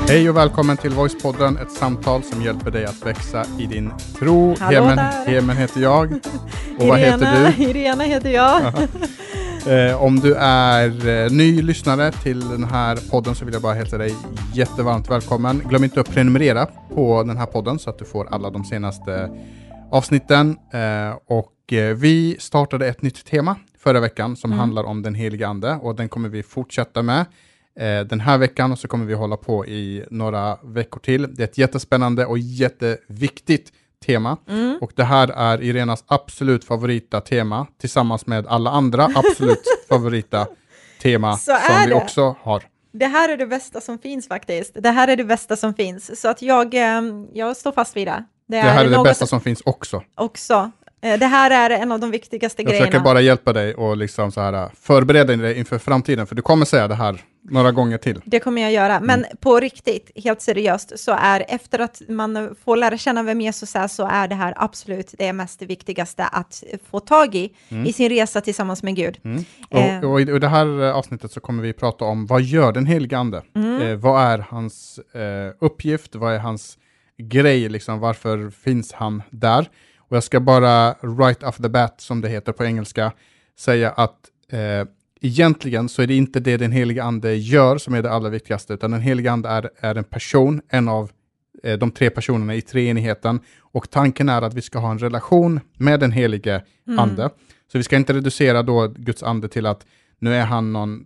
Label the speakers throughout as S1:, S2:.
S1: Hej och välkommen till Voicepodden, ett samtal som hjälper dig att växa i din tro. Hemen heter jag. Och vad heter du?
S2: Irena heter jag.
S1: Om du är ny lyssnare till den här podden så vill jag bara hälsa dig jättevarmt välkommen. Glöm inte att prenumerera på den här podden så att du får alla de senaste avsnitten. Vi startade ett nytt tema förra veckan som handlar om den heliga ande, och den kommer vi fortsätta med den här veckan, och så kommer vi hålla på i några veckor till. Det är ett jättespännande och jätteviktigt tema. Och det här är Irenas absolut favorita tema tillsammans med alla andra absolut favorita tema som vi också har.
S2: Det här är det bästa som finns faktiskt. Det här är det bästa som finns. Så att jag står fast vid det.
S1: Det här är det bästa som finns också.
S2: Det här är en av de viktigaste grejerna.
S1: Jag försöker bara hjälpa dig och liksom så här förbereda dig inför framtiden, för du kommer säga det här några gånger till.
S2: Det kommer jag göra, men på riktigt, helt seriöst, så är efter att man får lära känna vem Jesus är, så är det här absolut det mest viktigaste att få tag i sin resa tillsammans med Gud.
S1: Och i det här avsnittet så kommer vi prata om vad gör den heliga ande? Vad är hans uppgift? Vad är hans grej? Liksom, varför finns han där? Och jag ska bara right off the bat, som det heter på engelska, säga att egentligen så är det inte det den heliga ande gör som är det allra viktigaste, utan den heliga ande är en person, en av de tre personerna i treenigheten, och tanken är att vi ska ha en relation med den helige ande. Så vi ska inte reducera då Guds ande till att nu är han någon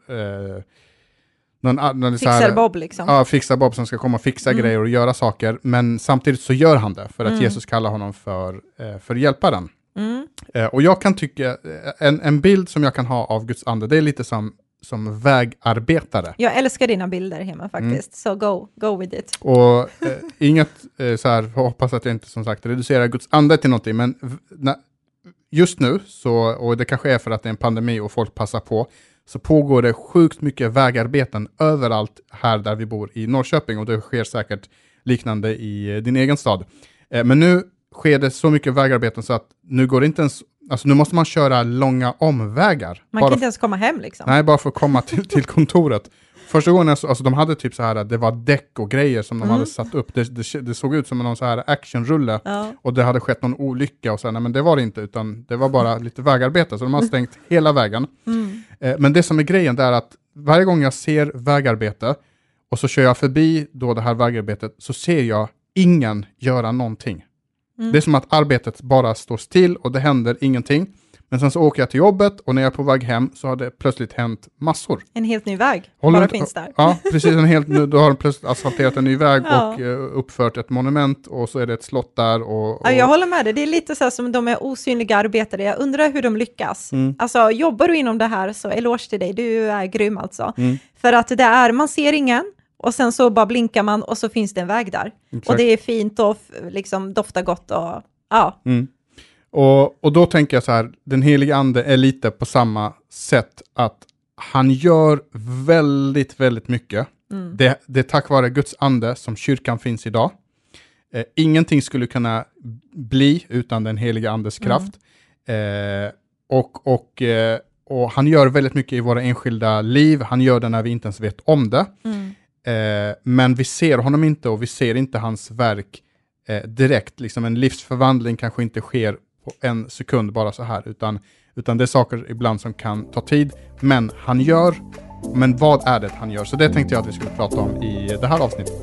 S2: fixar-Bob liksom.
S1: Ja, fixar-Bob som ska komma och fixa grejer och göra saker, men samtidigt så gör han det för att Jesus kallar honom för hjälparen. Och jag kan tycka, en bild som jag kan ha av Guds ande, det är lite som vägarbetare.
S2: Jag älskar dina bilder hemma faktiskt, så go with it.
S1: Och inget så här, hoppas att jag inte som sagt reducerar Guds ande till någonting, men just nu, så, och det kanske är för att det är en pandemi och folk passar på, så pågår det sjukt mycket vägarbeten överallt här där vi bor i Norrköping, och det sker säkert liknande i din egen stad. Men nu sker det så mycket vägarbeten så att nu går det inte ens, alltså nu måste man köra långa omvägar.
S2: Man kan inte ens komma hem liksom.
S1: Nej, bara för att komma till kontoret. Första gången, alltså de hade typ så här, det var däck och grejer som de hade satt upp. Det såg ut som någon så här actionrulle, och det hade skett någon olycka och så här, nej, men det var det inte, utan det var bara lite vägarbete, så de har stängt hela vägen. Men det som är grejen, det är att varje gång jag ser vägarbete och så kör jag förbi då det här vägarbetet, så ser jag ingen göra någonting. Det är som att arbetet bara står still och det händer ingenting. Men sen så åker jag till jobbet, och när jag är på väg hem så har det plötsligt hänt massor.
S2: En helt ny väg finns där.
S1: Ja, precis. Då har de plötsligt asfalterat en ny väg och uppfört ett monument, och så är det ett slott där. Och...
S2: Jag håller med dig. Det är lite så här som de är osynliga arbetare. Jag undrar hur de lyckas. Alltså, jobbar du inom det här så eloge till dig. Du är grym alltså. För att det är, man ser ingen. Och sen så bara blinkar man och så finns det en väg där. Exakt. Och det är fint och liksom doftar gott. Och, ja.
S1: Och då tänker jag så här, den heliga ande är lite på samma sätt, att han gör väldigt, väldigt mycket. Det är tack vare Guds ande som kyrkan finns idag. Ingenting skulle kunna bli utan den heliga andes kraft. Och han gör väldigt mycket i våra enskilda liv. Han gör det när vi inte ens vet om det. Men vi ser honom inte, och vi ser inte hans verk direkt. Liksom en livsförvandling kanske inte sker på en sekund bara så här, utan det är saker ibland som kan ta tid, men han gör. Men vad är det han gör? Så det tänkte jag att vi skulle prata om i det här avsnittet.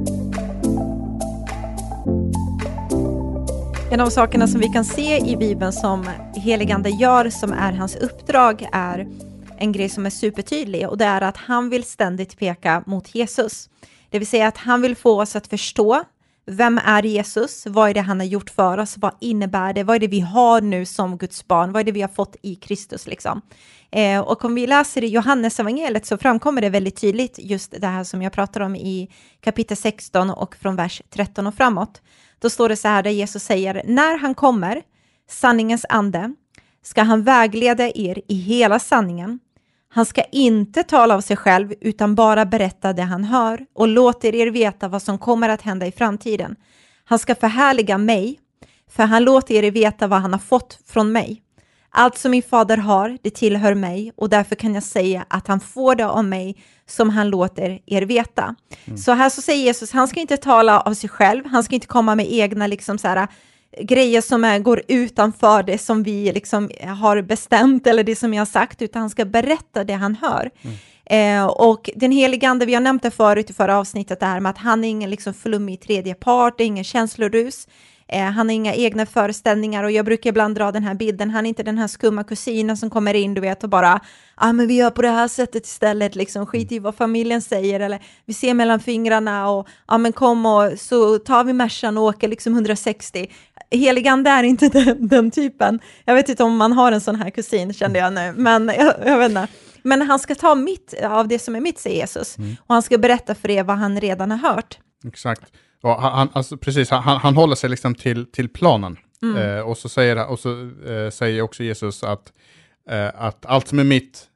S2: En av sakerna som vi kan se i Bibeln som heligande gör, som är hans uppdrag, är en grej som är supertydlig, och det är att han vill ständigt peka mot Jesus. Det vill säga att han vill få oss att förstå, vem är Jesus? Vad är det han har gjort för oss? Vad innebär det? Vad är det vi har nu som Guds barn? Vad är det vi har fått i Kristus liksom? Och om vi läser i Johannes evangeliet så framkommer det väldigt tydligt just det här som jag pratar om i kapitel 16 och från vers 13 och framåt. Då står det så här där Jesus säger: när han kommer, sanningens ande, ska han vägleda er i hela sanningen. Han ska inte tala av sig själv utan bara berätta det han hör och låter er veta vad som kommer att hända i framtiden. Han ska förhärliga mig, för han låter er veta vad han har fått från mig. Allt som min fader har, det tillhör mig, och därför kan jag säga att han får det av mig som han låter er veta. Så här så säger Jesus, han ska inte tala av sig själv, han ska inte komma med egna liksom så här grejer som går utanför det som vi liksom har bestämt eller det som jag har sagt, utan han ska berätta det han hör. Och den helige ande, vi har nämnt det förut i förra avsnittet, det här med att han är ingen liksom flummig tredje part, det är ingen känslorus. Han har inga egna föreställningar, och jag brukar ibland dra den här bilden, han är inte den här skumma kusinen som kommer in, du vet, och bara men vi gör på det här sättet istället, liksom skit i vad familjen säger, eller vi ser mellan fingrarna och men kom och så tar vi Mercan och åker liksom 160. Heligande är inte den typen. Jag vet inte om man har en sån här kusin, kände jag nu, men jag vet inte. Men han ska ta mitt av det som är mitt, säger Jesus, och han ska berätta för er vad han redan har hört.
S1: Exakt. Och han håller sig liksom till planen. Och så säger också Jesus att allt som är mitt,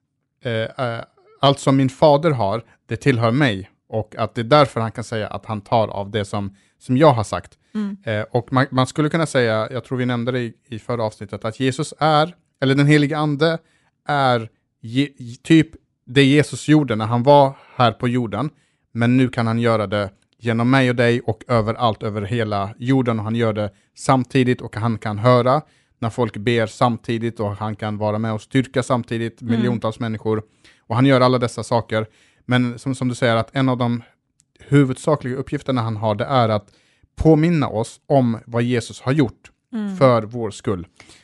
S1: allt som min fader har, det tillhör mig. Och att det är därför han kan säga att han tar av det som jag har sagt. Och man skulle kunna säga, jag tror vi nämnde det i förra avsnittet, att Jesus eller den helige ande är typ det Jesus gjorde när han var här på jorden. Men nu kan han göra det genom mig och dig och överallt över hela jorden, och han gör det samtidigt, och han kan höra när folk ber samtidigt, och han kan vara med och styrka samtidigt miljontals människor, och han gör alla dessa saker. Men som du säger, att en av de huvudsakliga uppgifterna han har, det är att påminna oss om vad Jesus har gjort för vår skull.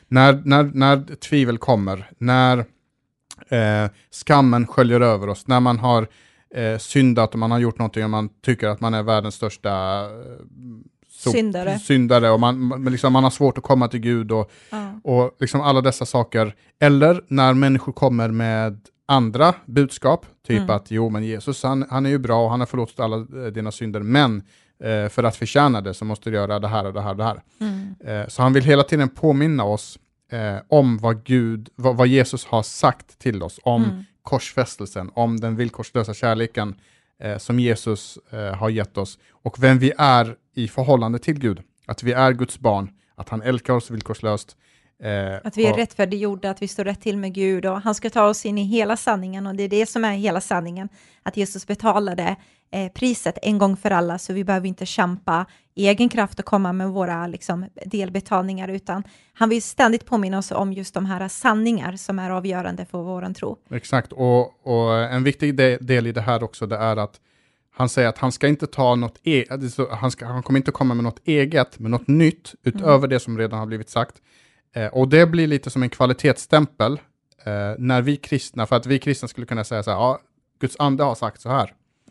S1: När tvivel kommer, när skammen sköljer över oss, när man har syndat och man har gjort någonting och man tycker att man är världens största syndare, och man har svårt att komma till Gud och liksom alla dessa saker. Eller när människor kommer med andra budskap, typ att men Jesus han är ju bra och han har förlåtit alla dina synder, men för att förtjäna det så måste du göra det här och det här och det här. Så han vill hela tiden påminna oss om vad Jesus har sagt till oss, om korsfästelsen, om den villkorslösa kärleken som Jesus har gett oss, och vem vi är i förhållande till Gud. Att vi är Guds barn, att han älskar oss villkorslöst.
S2: Att vi är rättfärdiggjorda, att vi står rätt till med Gud, och han ska ta oss in i hela sanningen, och det är det som är hela sanningen, att Jesus betalade priset en gång för alla, så vi behöver inte kämpa i egen kraft och komma med våra liksom, delbetalningar, utan han vill ständigt påminna oss om just de här sanningar som är avgörande för våran tro.
S1: Exakt, och en viktig del i det här också, det är att han säger att han ska inte ta något han kommer inte komma med något eget, med något nytt utöver det som redan har blivit sagt. Och det blir lite som en kvalitetsstämpel när vi kristna, för att vi kristna skulle kunna säga så här, Guds ande har sagt så här.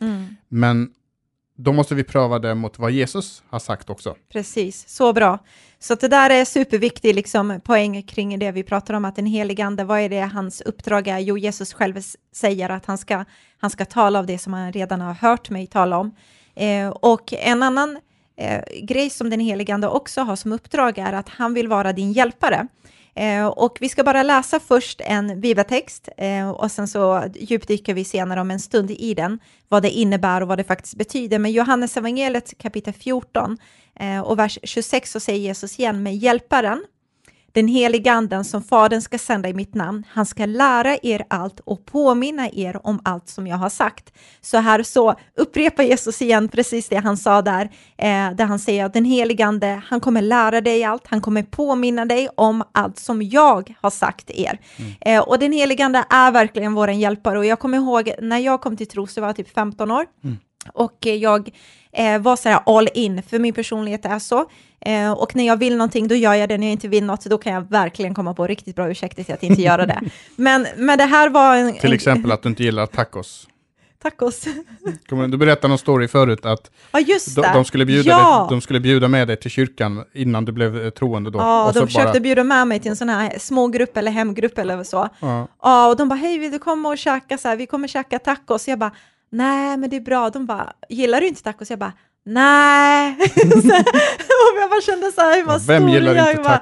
S1: Men då måste vi pröva det mot vad Jesus har sagt också. Precis,
S2: så bra. Så det där är superviktig liksom, poäng kring det vi pratar om, att den helige ande, vad är det hans uppdrag är? Jo, Jesus själv säger att han ska tala av det som han redan har hört mig tala om. Och en annan grej som den helige ande också har som uppdrag är att han vill vara din hjälpare. Och vi ska bara läsa först en bibeltext och sen så djupdyker vi senare om en stund i den, vad det innebär och vad det faktiskt betyder. Men Johannes evangeliet kapitel 14 och vers 26 så säger Jesus igen, med hjälparen, den heliga anden som fadern ska sända i mitt namn, han ska lära er allt och påminna er om allt som jag har sagt. Så här så upprepar Jesus igen precis det han sa där han säger att den heliga ande, han kommer lära dig allt, han kommer påminna dig om allt som jag har sagt er. Och den heliga ande är verkligen vår hjälpare, och jag kommer ihåg när jag kom till tro så var jag typ 15 år. Och jag var så här all in, för min personlighet är så. Och när jag vill någonting, då gör jag det. När jag inte vill något, då kan jag verkligen komma på riktigt bra ursäkter till att inte göra det. Men det här var
S1: till exempel att du inte gillar tacos.
S2: Tacos.
S1: Du berättade någon story förut att
S2: just det.
S1: De skulle bjuda med dig till kyrkan innan du blev troende då.
S2: Ja, och de försökte bjuda med mig till en sån här smågrupp eller hemgrupp eller så. Ja, och de bara, hej, vill du komma och käka så här? Vi kommer käka tacos. Jag bara, nej, men det är bra. De bara, gillar du inte tacos? Jag bara, nej. Och jag bara kände så här,
S1: vem gillar inte tacos?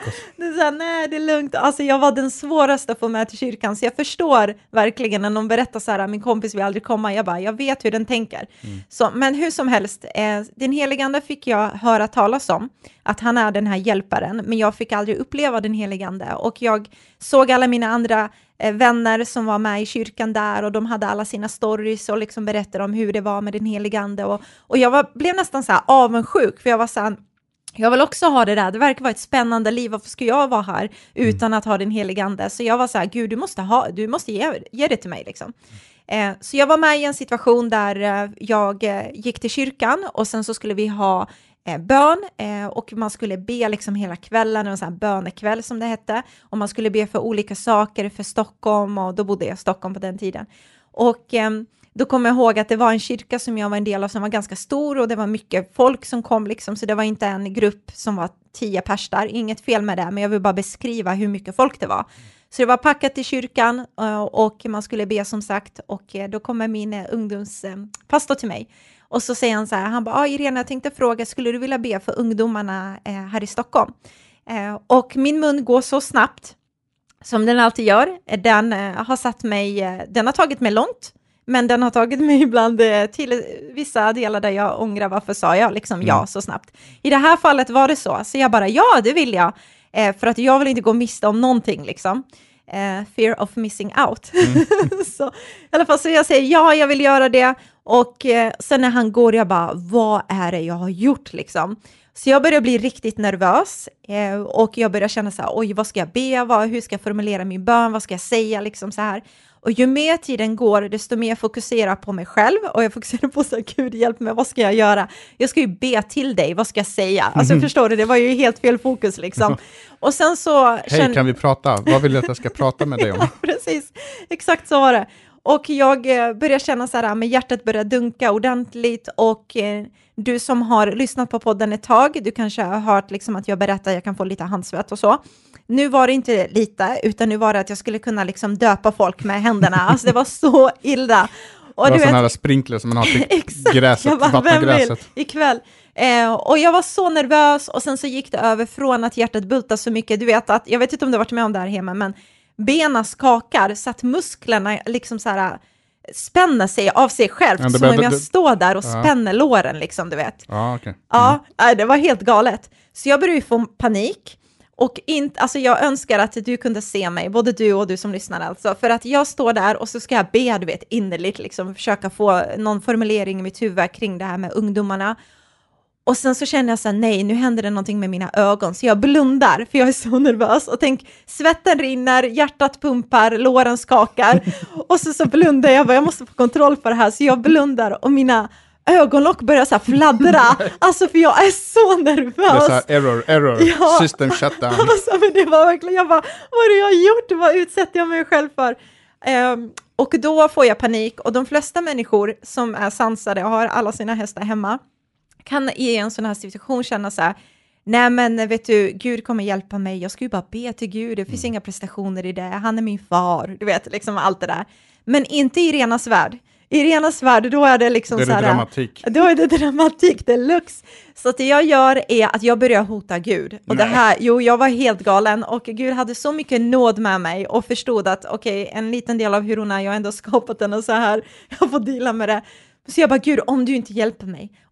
S2: så här, nej det är lugnt. Alltså jag var den svåraste att få med till kyrkan. Så jag förstår verkligen när någon berättar så här, min kompis vill aldrig komma. Jag vet hur den tänker. Så, men hur som helst, den helige ande fick jag höra talas om. Att han är den här hjälparen. Men jag fick aldrig uppleva den helige ande. Och jag såg alla mina andra vänner som var med i kyrkan där. Och de hade alla sina stories och liksom berättade om hur det var med den helige ande. Och jag blev nästan så här avundsjuk. För jag var så här, jag vill också ha det där. Det verkar vara ett spännande liv. Varför ska jag vara här utan att ha den helige ande? Så jag var så här, Gud, du måste ge det till mig liksom. Så jag var med i en situation där jag gick till kyrkan och sen så skulle vi ha bön och man skulle be liksom hela kvällen, en sån här bönekväll som det hette. Och man skulle be för olika saker för Stockholm, och då bodde jag i Stockholm på den tiden. Och då kommer jag ihåg att det var en kyrka som jag var en del av som var ganska stor och det var mycket folk som kom liksom, så det var inte en grupp som var 10 pers där, inget fel med det, men jag vill bara beskriva hur mycket folk det var. Så det var packat i kyrkan och man skulle be som sagt, och då kommer min ungdomspastor till mig och så säger han så här, han bara, Irene, jag tänkte fråga, skulle du vilja be för ungdomarna här i Stockholm? Och min mun går så snabbt som den alltid gör, den har tagit mig långt. Men den har tagit mig ibland till vissa delar där jag ångrar varför sa jag liksom ja så snabbt. I det här fallet var det så. Så jag bara, ja det vill jag. För att jag vill inte gå miste om någonting liksom. Fear of missing out. Så i alla fall så jag säger ja, jag vill göra det. Och sen när han går, jag bara, vad är det jag har gjort liksom? Så jag börjar bli riktigt nervös. Och jag börjar känna så här, oj vad ska jag be? Hur ska jag formulera min bön? Vad ska jag säga liksom så här? Och ju mer tiden går, desto mer fokuserar jag på mig själv. Och jag fokuserar på så här, Gud hjälp mig, vad ska jag göra? Jag ska ju be till dig, vad ska jag säga? Alltså förstår du, det var ju helt fel fokus liksom. Och sen så...
S1: Hej, kan vi prata? Vad vill du att jag ska prata med dig om?
S2: Ja, precis, exakt så var det. Och jag börjar känna så här, med hjärtat börjar dunka ordentligt. Och du som har lyssnat på podden ett tag, du kanske har hört liksom att jag berättar, jag kan få lite handsvett och så. Nu var det inte lite, utan nu var det att jag skulle kunna liksom döpa folk med händerna. Alltså det var så illa. Och
S1: det var sådana här sprinkler som man har till gräset, vattengräset.
S2: Ikväll. Och jag var så nervös och sen så gick det över från att hjärtat bultade så mycket. Du vet att, jag vet inte om du har varit med om det här hemma, men benen skakar så att musklerna liksom så här spänner sig av sig själv. Ja, som om jag står där och spänner låren liksom, du vet.
S1: Ja, okej.
S2: Ja, det var helt galet. Så jag började få panik. Och alltså jag önskar att du kunde se mig, både du och du som lyssnar alltså. För att jag står där och så ska jag be, du vet, innerligt liksom, försöka få någon formulering i mitt huvud kring det här med ungdomarna. Och sen så känner jag så här, nej, nu händer det någonting med mina ögon. Så jag blundar, för jag är så nervös. Och tänk, svetten rinner, hjärtat pumpar, låren skakar. Och så blundar jag, jag måste få kontroll på det här. Så jag blundar och mina ögonlock börjar så här fladdra. Alltså för jag är så nervös. Det är
S1: så här, error, ja. System shutdown.
S2: Alltså, men det var verkligen, jag bara, vad har jag gjort? Vad utsätter jag mig själv för? Och då får jag panik. Och de flesta människor som är sansade och har alla sina hästar hemma kan i en sån här situation känna så här, nej men vet du, Gud kommer hjälpa mig. Jag ska ju bara be till Gud. Det finns inga prestationer i det. Han är min far. Du vet, liksom allt det där. Men inte i Irenas värld. I Irenas värld, då är det liksom
S1: det är
S2: så här,
S1: dramatik.
S2: Då är det dramatik deluxe. Så att det jag gör är att jag börjar hota Gud. Och det här, jag var helt galen. Och Gud hade så mycket nåd med mig. Och förstod att en liten del av hur hon är, jag har ändå skapat den och så här. Jag får dela med det. Så jag bara, Gud, om du inte hjälper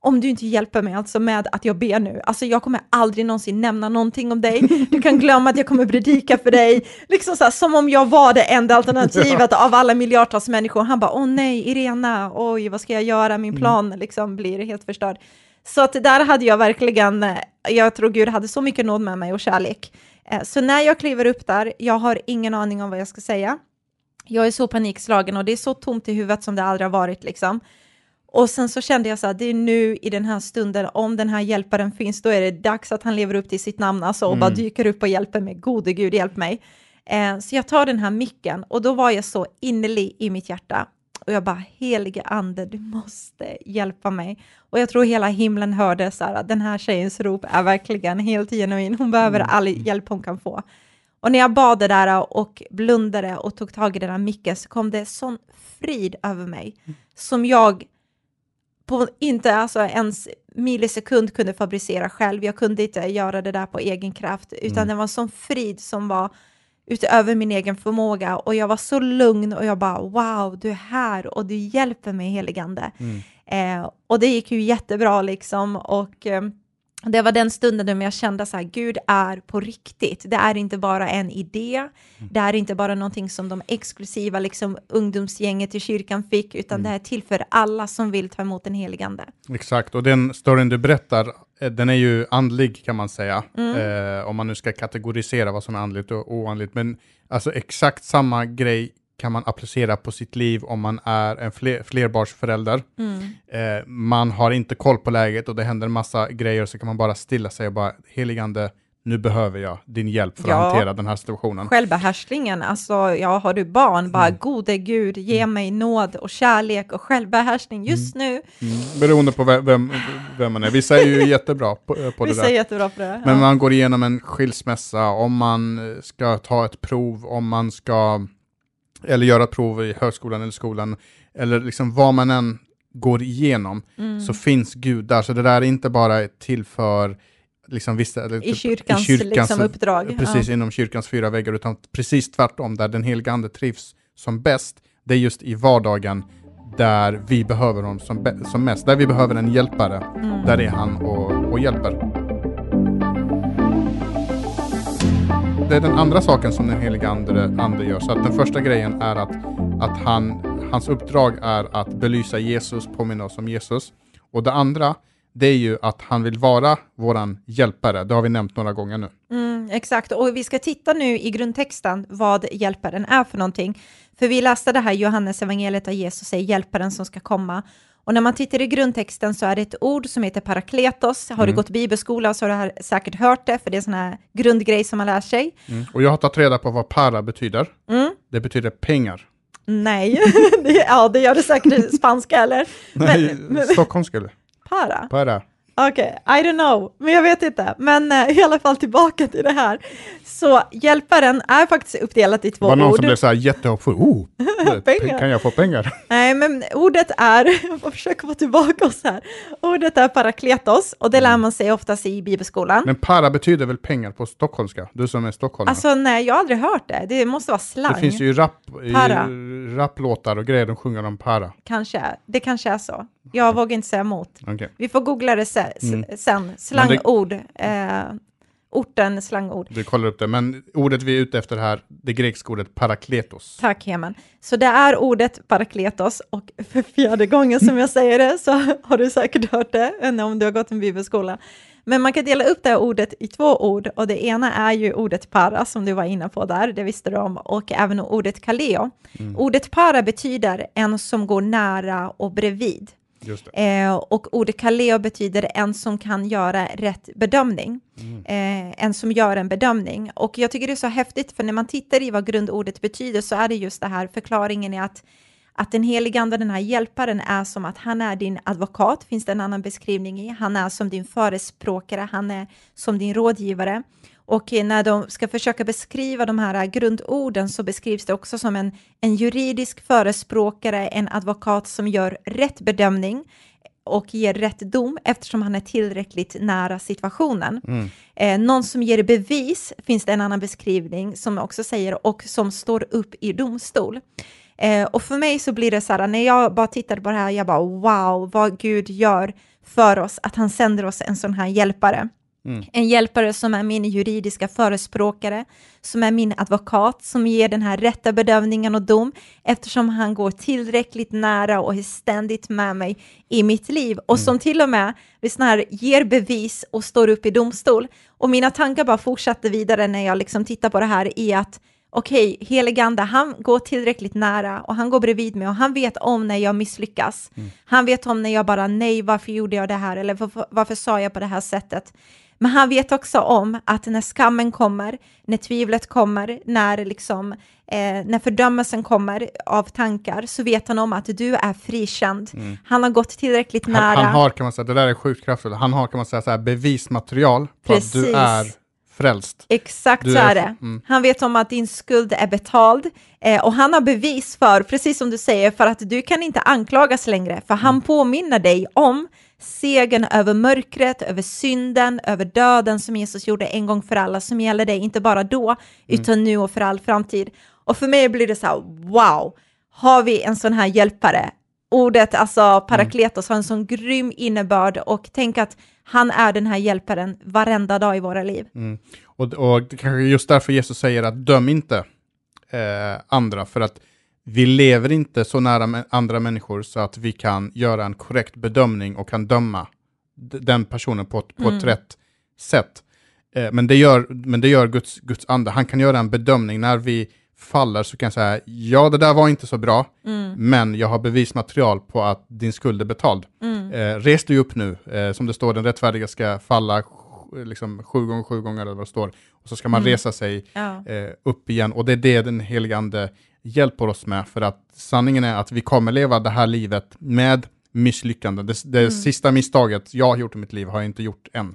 S2: mig alltså med att jag ber nu, alltså jag kommer aldrig någonsin nämna någonting om dig, du kan glömma att jag kommer predika för dig, liksom så här, som om jag var det enda alternativet av alla miljardtals människor. Han bara, åh nej, Irena, oj, vad ska jag göra, min plan liksom blir helt förstörd. Så att där hade jag verkligen, jag tror Gud hade så mycket nåd med mig och kärlek. Så när jag kliver upp där, jag har ingen aning om vad jag ska säga. Jag är så panikslagen och det är så tomt i huvudet som det aldrig har varit liksom. Och sen så kände jag så här, det är nu i den här stunden, om den här hjälparen finns, då är det dags att han lever upp till sitt namn alltså, och bara dyker upp och hjälper mig. Gode Gud, hjälp mig. Så jag tar den här micken och då var jag så innerlig i mitt hjärta. Och jag bara, helige ande, du måste hjälpa mig. Och jag tror hela himlen hörde så här, den här tjejens rop är verkligen helt genuin. Hon behöver all hjälp hon kan få. Och när jag bad det där och blundade och tog tag i den här micken, så kom det sån frid över mig. Som jag inte alltså ens millisekund kunde fabricera själv. Jag kunde inte göra det där på egen kraft, utan det var en sån frid som var utöver min egen förmåga, och jag var så lugn och jag bara, wow, du är här och du hjälper mig, heligande. Och det gick ju jättebra liksom, och det var den stunden då jag kände så här, Gud är på riktigt. Det är inte bara en idé. Det är inte bara någonting som de exklusiva liksom, ungdomsgänget i kyrkan fick, utan det är till för alla som vill ta emot den heligande.
S1: Exakt, och den storyn du berättar, den är ju andlig kan man säga. Om man nu ska kategorisera vad som är andligt och oandligt. Men alltså exakt samma grej kan man applicera på sitt liv om man är en flerbarnsförälder. Man har inte koll på läget och det händer en massa grejer, så kan man bara stilla sig och bara, heligande, nu behöver jag din hjälp för att hantera den här situationen.
S2: Självbehärskningen, alltså har du barn, bara gode Gud, ge mig nåd och kärlek och självbehärskning just nu.
S1: Beroende på vem man är. Vissa är ju jättebra på det där.
S2: Vissa är jättebra på det.
S1: Men man går igenom en skilsmässa, om man ska ta ett prov, om man ska eller göra ett prov i högskolan eller skolan, eller liksom vad man än går igenom, så finns Gud där. Så det där är inte bara till för liksom vissa,
S2: i kyrkans liksom uppdrag.
S1: Precis, inom kyrkans 4 väggar, utan precis tvärtom, där den helige ande trivs som bäst, det är just i vardagen där vi behöver honom som mest. Där vi behöver en hjälpare, där är han och hjälper. Det är den andra saken som den heliga ande gör. Så att den första grejen är att hans uppdrag är att belysa Jesus, påminna oss om Jesus. Och det andra, det är ju att han vill vara våran hjälpare. Det har vi nämnt några gånger nu.
S2: Exakt, och vi ska titta nu i grundtexten vad hjälparen är för någonting. För vi läste det här Johannes evangeliet där Jesus säger hjälparen som ska komma. Och när man tittar i grundtexten så är det ett ord som heter parakletos. Har du gått bibelskola så har du säkert hört det, för det är sån här grundgrej som man lär sig.
S1: Och jag har tagit reda på vad para betyder. Det betyder pengar.
S2: Nej, det gör det säkert i spanska eller?
S1: Nej, stockholmska eller?
S2: Para. Okej, I don't know, men jag vet inte. Men i alla fall tillbaka till det här. Så hjälparen är faktiskt uppdelat i 2 ord.
S1: Var någon som blev så här jättehoppfull? Kan jag få pengar?
S2: Nej, men ordet är, jag får försöka få tillbaka oss här. Ordet är parakletos, och det lär man sig oftast i bibelskolan.
S1: Men para betyder väl pengar på stockholmska? Du som är stockholmare.
S2: Alltså nej, jag har aldrig hört det. Det måste vara slang.
S1: Det finns ju rapplåtar och grejer, de sjunger om para.
S2: Det kanske är så. Jag vågar inte säga emot.
S1: Okay.
S2: Vi får googla det sen. Slangord. Orten, slangord.
S1: Du kollar upp det. Men ordet vi är ute efter här, det grekiska ordet parakletos.
S2: Tack Heman. Så det är ordet parakletos, och för 4:e gången som jag säger det så har du säkert hört det, än om du har gått en bibelskola. Men man kan dela upp det här ordet i 2 ord, och det ena är ju ordet para som du var inne på där, det visste du om, och även ordet kaleo. Ordet para betyder en som går nära och bredvid.
S1: Just det.
S2: Och ordet kaleo betyder en som kan göra rätt bedömning. En som gör en bedömning. Och jag tycker det är så häftigt, för när man tittar i vad grundordet betyder så är det just det här, förklaringen är att den helige ande, den här hjälparen, är som att han är din advokat, finns det en annan beskrivning i. Han är som din förespråkare, han är som din rådgivare. Och när de ska försöka beskriva de här grundorden så beskrivs det också som en juridisk förespråkare, en advokat som gör rätt bedömning och ger rätt dom eftersom han är tillräckligt nära situationen. Någon som ger bevis, finns det en annan beskrivning som också säger, och som står upp i domstol. Och för mig så blir det så här, när jag bara tittade på det här, jag bara wow, vad Gud gör för oss, att han sänder oss en sån här hjälpare. En hjälpare som är min juridiska förespråkare, som är min advokat, som ger den här rätta bedömningen och dom, eftersom han går tillräckligt nära och är ständigt med mig i mitt liv, och som till och med ger bevis och står upp i domstol. Och mina tankar bara fortsatte vidare när jag liksom tittar på det här, i att okej, heligande, han går tillräckligt nära och han går bredvid mig, och han vet om när jag misslyckas. Han vet om när jag bara, nej, varför gjorde jag det här? Eller varför sa jag på det här sättet? Men han vet också om att när skammen kommer, när tvivlet kommer, när fördömelsen kommer av tankar, så vet han om att du är frikänd. Han har gått tillräckligt nära.
S1: Han har, kan man säga, det där är sjukt kraftfullt. Han har, kan man säga, så här, bevismaterial för att du är frälst.
S2: Exakt så är det. Han vet om att din skuld är betald. Och han har bevis för, precis som du säger, för att du kan inte anklagas längre. För han påminner dig om segern över mörkret, över synden, över döden som Jesus gjorde en gång för alla, som gäller dig inte bara då, utan nu och för all framtid. Och för mig blir det så här, wow, har vi en sån här hjälpare? Ordet, alltså parakletos, har en sån grym innebörd, och tänk att han är den här hjälparen varenda dag i våra liv.
S1: Och det kanske just därför Jesus säger att döm inte andra, för att vi lever inte så nära andra människor så att vi kan göra en korrekt bedömning och kan döma den personen på ett rätt sätt. Men det gör Guds ande. Han kan göra en bedömning när vi faller, så kan jag säga, ja, det där var inte så bra, men jag har bevismaterial på att din skuld är betald. Res dig upp nu, som det står, den rättfärdiga ska falla liksom 7 gånger 7 gånger, eller vad det står, och så ska man resa sig upp igen, och det är det den helige ande hjälper oss med, för att sanningen är att vi kommer leva det här livet med misslyckande. Det sista misstaget jag har gjort i mitt liv har jag inte gjort än.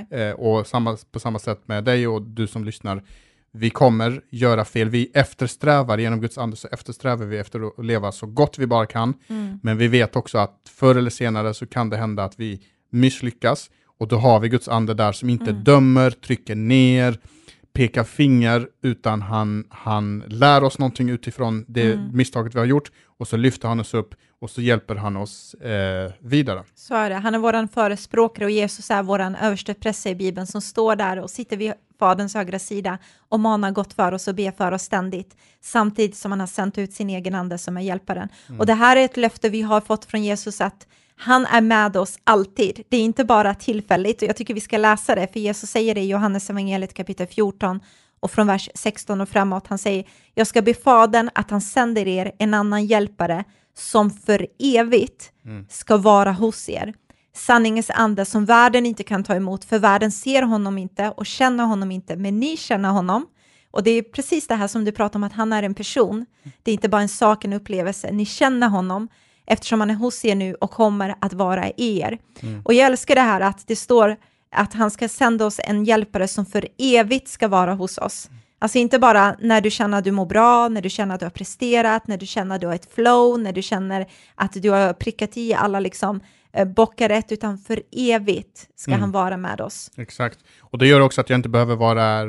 S1: Och på samma sätt med dig och du som lyssnar. Vi kommer göra fel. Vi eftersträvar, genom Guds ande så eftersträvar vi efter att leva så gott vi bara kan. Men vi vet också att förr eller senare så kan det hända att vi misslyckas. Och då har vi Guds ande där som inte dömer, trycker ner, pekar finger, utan han lär oss någonting utifrån det misstaget vi har gjort, och så lyfter han oss upp och så hjälper han oss vidare.
S2: Så är det. Han är våran förespråkare, och Jesus är våran överste präst i Bibeln, som står där och sitter vid Faderns högra sida och manar gott för oss och ber för oss ständigt, samtidigt som han har sänt ut sin egen ande som är hjälparen. Och det här är ett löfte vi har fått från Jesus, att han är med oss alltid. Det är inte bara tillfälligt, och jag tycker vi ska läsa det, för Jesus säger det i Johannes evangeliet kapitel 14 och från vers 16 och framåt. Han säger, jag ska be Fadern att han sänder er en annan hjälpare som för evigt ska vara hos er. Sanningens ande som världen inte kan ta emot, för världen ser honom inte och känner honom inte, men ni känner honom. Och det är precis det här som du pratar om, att han är en person. Det är inte bara en sak, en upplevelse. Ni känner honom eftersom han är hos er nu och kommer att vara i er. Och jag älskar det här att det står att han ska sända oss en hjälpare som för evigt ska vara hos oss. Alltså inte bara när du känner att du mår bra, när du känner att du har presterat, när du känner att du har ett flow, när du känner att du har prickat i alla liksom bockar rätt, utan för evigt ska han vara med oss.
S1: Exakt. Och det gör också att jag inte behöver vara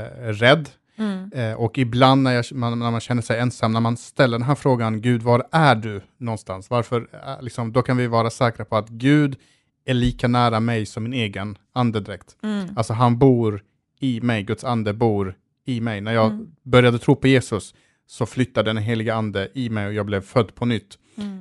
S1: rädd. Och ibland när man känner sig ensam, när man ställer den här frågan, Gud, var är du någonstans? Varför, liksom, då kan vi vara säkra på att Gud är lika nära mig som min egen andedräkt. Alltså han bor i mig, Guds ande bor i mig. När jag började tro på Jesus så flyttade den heliga ande i mig och jag blev född på nytt.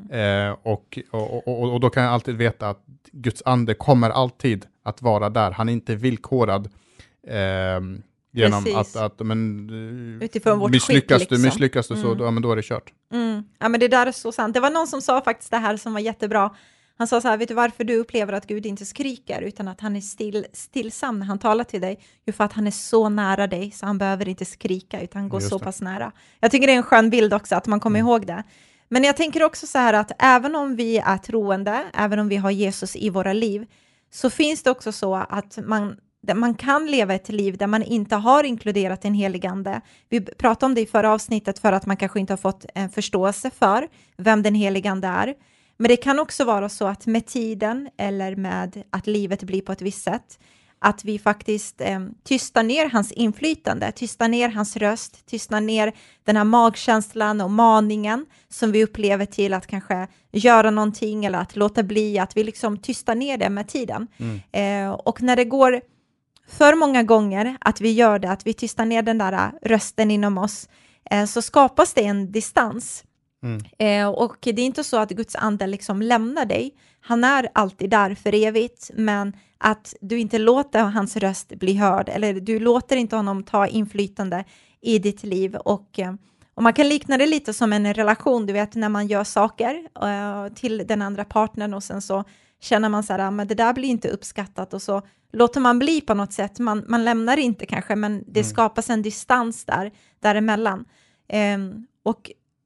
S1: Och då kan jag alltid veta att Guds ande kommer alltid att vara där. Han är inte villkorad genom att
S2: utifrån vårt
S1: misslyckas
S2: skick,
S1: du,
S2: liksom.
S1: misslyckas du så, men då är det kört.
S2: Ja, men det där är så sant. Det var någon som sa faktiskt det här som var jättebra. Han sa så här, vet du varför du upplever att Gud inte skriker utan att han är stillsam när han talar till dig? Jo, för att han är så nära dig så han behöver inte skrika utan han går så pass nära. Jag tycker det är en skön bild också att man kommer ihåg det. Men jag tänker också så här att även om vi är troende, även om vi har Jesus i våra liv, så finns det också så att man kan leva ett liv där man inte har inkluderat en helig ande. Vi pratade om det i förra avsnittet för att man kanske inte har fått en förståelse för vem den heliga ande är. Men det kan också vara så att med tiden eller med att livet blir på ett visst sätt, att vi faktiskt tystar ner hans inflytande, tystar ner hans röst, tystar ner den här magkänslan och maningen som vi upplever till att kanske göra någonting eller att låta bli, att vi liksom tystar ner det med tiden. Och när det går för många gånger att vi gör det, att vi tystar ner den där rösten inom oss, så skapas det en distans. Och det är inte så att Guds ande liksom lämnar dig. Han är alltid där för evigt, men att du inte låter hans röst bli hörd, eller du låter inte honom ta inflytande i ditt liv. Och man kan likna det lite som en relation, du vet, när man gör saker till den andra partnern och sen så känner man så här, men det där blir inte uppskattat, och så låter man bli på något sätt. Man lämnar inte kanske, men det skapas en distans däremellan. Och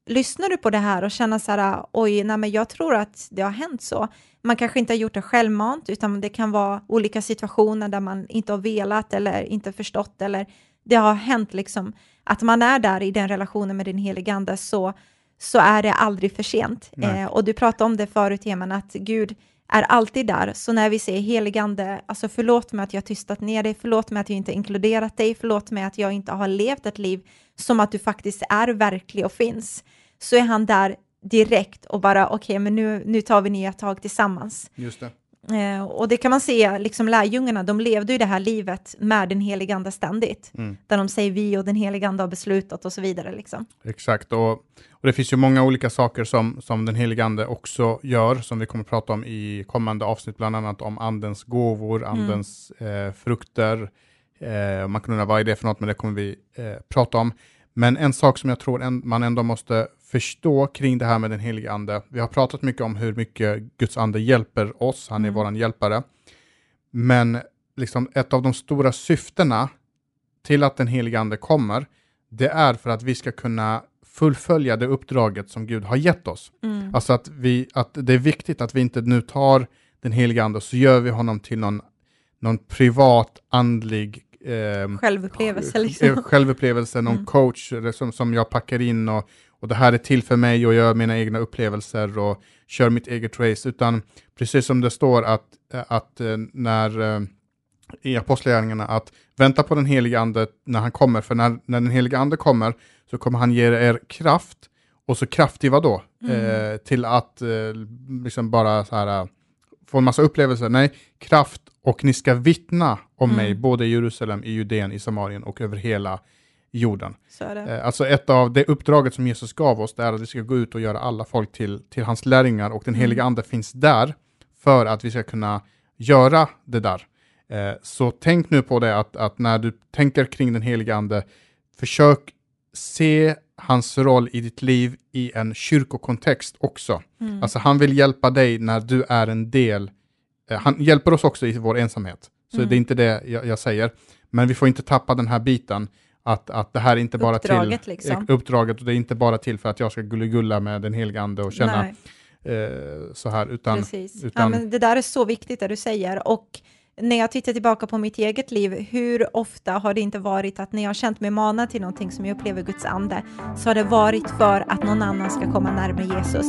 S2: lyssnar du på det här och känner så här, oj, nej men jag tror att det har hänt så. Man kanske inte har gjort det självmant, utan det kan vara olika situationer där man inte har velat eller inte förstått, eller det har hänt liksom att man är där i den relationen med den helige ande, så är det aldrig för sent. Och du pratade om det förut, Heman, att Gud är alltid där. Så när vi säger helige ande, alltså förlåt mig att jag tystat ner dig, förlåt mig att jag inte inkluderat dig, förlåt mig att jag inte har levt ett liv som att du faktiskt är verklig och finns, så är han där direkt och bara okej, men nu tar vi nya tag tillsammans.
S1: Just det.
S2: Och det kan man se, liksom lärjungarna, de levde ju det här livet med den helige ande ständigt. Där de säger vi och den helige ande har beslutat och så vidare. Liksom.
S1: Exakt, och det finns ju många olika saker som den helige ande också gör, som vi kommer att prata om i kommande avsnitt, bland annat om andens gåvor, andens frukter. Man kan undra vad är det för något, men det kommer vi prata om. Men en sak som jag tror man ändå måste förstå kring det här med den helige ande. Vi har pratat mycket om hur mycket Guds ande hjälper oss. Han är våran hjälpare. Men liksom ett av de stora syftena till att den helige ande kommer, det är för att vi ska kunna fullfölja det uppdraget som Gud har gett oss. Alltså att det är viktigt att vi inte nu tar den helige ande och så gör vi honom till någon privat andlig självupplevelse, någon coach som jag packar in och det här är till för mig och gör mina egna upplevelser och kör mitt eget race, utan precis som det står att när i apostlagärningarna, att vänta på den heliga ande när han kommer, för när den heliga ande kommer så kommer han ge er kraft, och så kraftig vadå? Till att liksom bara så här få en massa upplevelser. Nej, kraft, och ni ska vittna om mig både i Jerusalem, i Judeen, i Samarien och över hela jorden.
S2: Så är det.
S1: Alltså ett av det uppdraget som Jesus gav oss, det är att vi ska gå ut och göra alla folk till hans lärjungar, och den heliga ande finns där för att vi ska kunna göra det där. Så tänk nu på det, att när du tänker kring den heliga ande, försök se hans roll i ditt liv i en kyrkokontext också. Alltså han vill hjälpa dig när du är en del. Han hjälper oss också i vår ensamhet. Så det är inte det jag säger. Men vi får inte tappa den här biten. Att det här är inte bara
S2: uppdraget,
S1: till
S2: liksom.
S1: Uppdraget, och det är inte bara till för att jag ska gulla med den heliga ande och känna så här. Utan,
S2: ja, men det där är så viktigt det du säger. Och när jag tittar tillbaka på mitt eget liv, hur ofta har det inte varit att när jag har känt mig manad till någonting som jag upplever Guds ande, så har det varit för att någon annan ska komma närmare Jesus.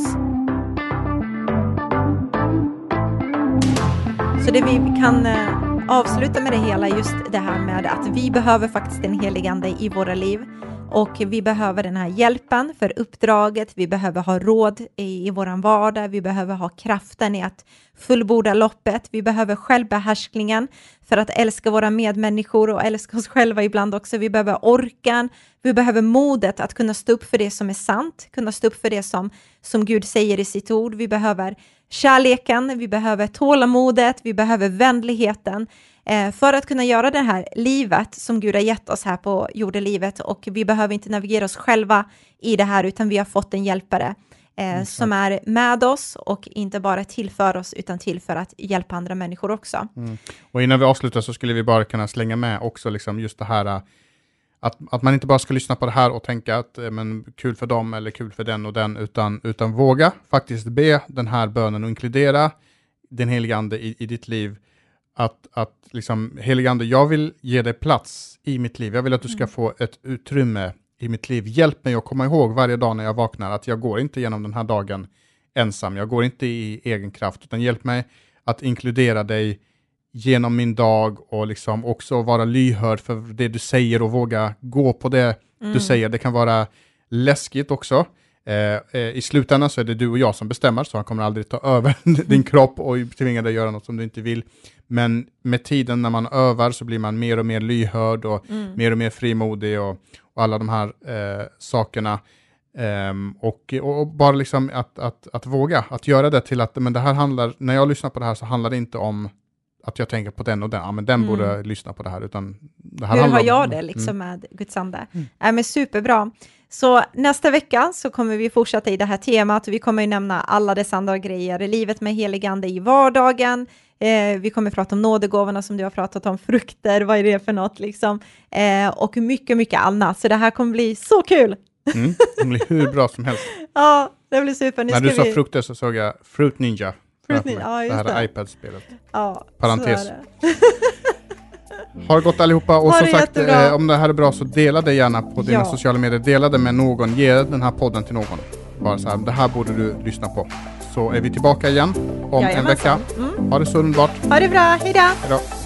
S2: Så det vi kan avsluta med det hela, just det här med att vi behöver faktiskt den helige ande i våra liv. Och vi behöver den här hjälpen för uppdraget. Vi behöver ha råd i våran vardag. Vi behöver ha kraften i att fullborda loppet. Vi behöver självbehärskningen för att älska våra medmänniskor och älska oss själva ibland också. Vi behöver orkan. Vi behöver modet att kunna stå upp för det som är sant. Kunna stå upp för det som Gud säger i sitt ord. Vi behöver kärleken. Vi behöver tålamodet. Vi behöver vänligheten. För att kunna göra det här livet som Gud har gett oss här på jordelivet, och vi behöver inte navigera oss själva i det här, utan vi har fått en hjälpare som är med oss och inte bara till för oss utan till för att hjälpa andra människor också.
S1: Och innan vi avslutar så skulle vi bara kunna slänga med också liksom just det här att man inte bara ska lyssna på det här och tänka att men kul för dem eller kul för den och den, utan våga faktiskt be den här bönen och inkludera den helige ande i ditt liv. Att liksom, helige ande, jag vill ge dig plats i mitt liv. Jag vill att du ska få ett utrymme i mitt liv. Hjälp mig att komma ihåg varje dag när jag vaknar att jag går inte genom den här dagen ensam. Jag går inte i egen kraft, utan hjälp mig att inkludera dig genom min dag och liksom också vara lyhörd för det du säger och våga gå på det du säger. Det kan vara läskigt också. I slutändan så är det du och jag som bestämmer, så han kommer aldrig ta över din kropp och tvinga dig att göra något som du inte vill. Men med tiden när man övar så blir man mer och mer lyhörd och mer frimodig och alla de här sakerna. Och bara liksom att våga, att göra det till att, men det här handlar, när jag lyssnar på det här så handlar det inte om att jag tänker på den och den, ja, men den borde lyssna på det här, utan det här. Hur
S2: har jag det liksom med Guds ande? Men superbra. Så nästa vecka så kommer vi fortsätta i det här temat. Vi kommer ju nämna alla dessa andra grejer. Livet med helig ande i vardagen. Vi kommer prata om nådegåvorna som du har pratat om. Frukter, vad är det för något liksom? Och mycket, mycket annat. Så det här kommer bli så kul.
S1: Det blir hur bra som helst.
S2: Ja, det blir super.
S1: När du sa frukter så såg jag Fruit Ninja.
S2: Ja,
S1: det här iPad-spelet.
S2: Ja,
S1: parentes. Ha det gott allihopa. Och som sagt, om det här är bra så dela det gärna på dina sociala medier. Dela det med någon. Ge den här podden till någon. Bara så här, det här borde du lyssna på. Så är vi tillbaka igen om en vecka. Ha det så underbart.
S2: Ha det bra. Hej då.
S1: Hej då.